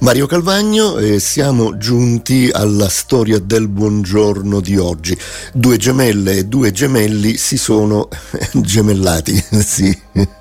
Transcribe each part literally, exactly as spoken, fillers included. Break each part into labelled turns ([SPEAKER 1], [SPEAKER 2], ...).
[SPEAKER 1] Mario Calvagno e siamo giunti alla storia del buongiorno di oggi. Due gemelle e due gemelli si sono gemellati, sì.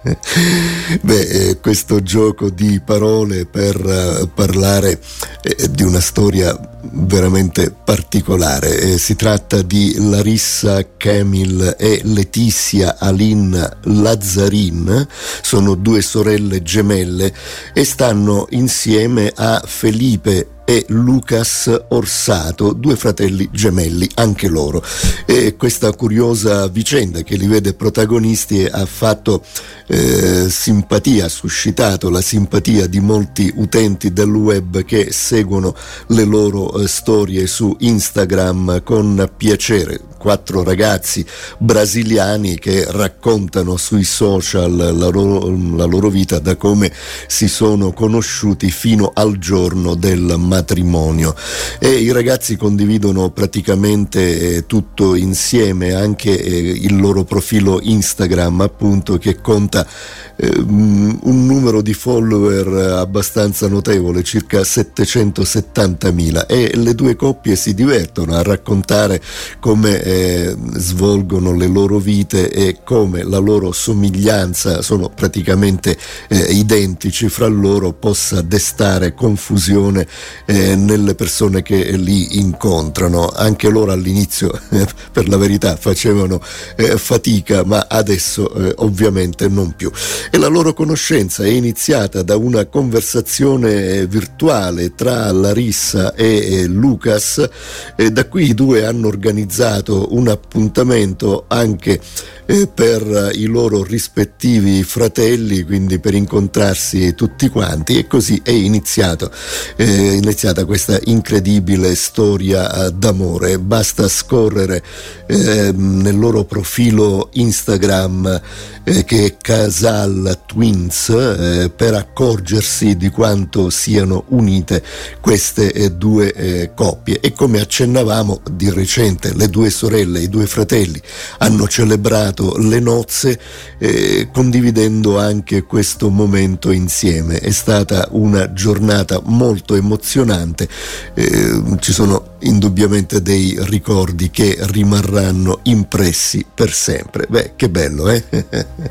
[SPEAKER 1] Beh, questo gioco di parole per parlare di una storia veramente particolare. Si tratta di Larissa Camil e Letizia Aline Lazzarin, sono due sorelle gemelle e stanno insieme a Felipe e Lucas Orsato, due fratelli gemelli anche loro. E questa curiosa vicenda che li vede protagonisti ha fatto eh, simpatia, ha suscitato la simpatia di molti utenti del web che seguono le loro eh, storie su Instagram con piacere. Quattro ragazzi brasiliani che raccontano sui social la loro, la loro vita, da come si sono conosciuti fino al giorno del matrimonio, e i ragazzi condividono praticamente eh, tutto insieme, anche eh, il loro profilo Instagram, appunto, che conta eh, un numero di follower abbastanza notevole, circa settecentosettantamila, e le due coppie si divertono a raccontare come eh, svolgono le loro vite e come la loro somiglianza, sono praticamente eh, identici fra loro, possa destare confusione eh, nelle persone che li incontrano. Anche loro all'inizio eh, per la verità facevano eh, fatica, ma adesso eh, ovviamente non più. E la loro conoscenza è iniziata da una conversazione virtuale tra Larissa e eh, Lucas, e da qui i due hanno organizzato un appuntamento anche eh, per i loro rispettivi fratelli, quindi per incontrarsi tutti quanti, e così è iniziato eh, iniziata questa incredibile storia eh, d'amore. Basta scorrere eh, nel loro profilo Instagram eh, che è Casal Twins eh, per accorgersi di quanto siano unite queste eh, due eh, coppie. E come accennavamo, di recente le due sorelle, i due fratelli hanno celebrato le nozze eh, condividendo anche questo momento insieme. È stata una giornata molto emozionante, eh, ci sono indubbiamente dei ricordi che rimarranno impressi per sempre. Beh, che bello, eh?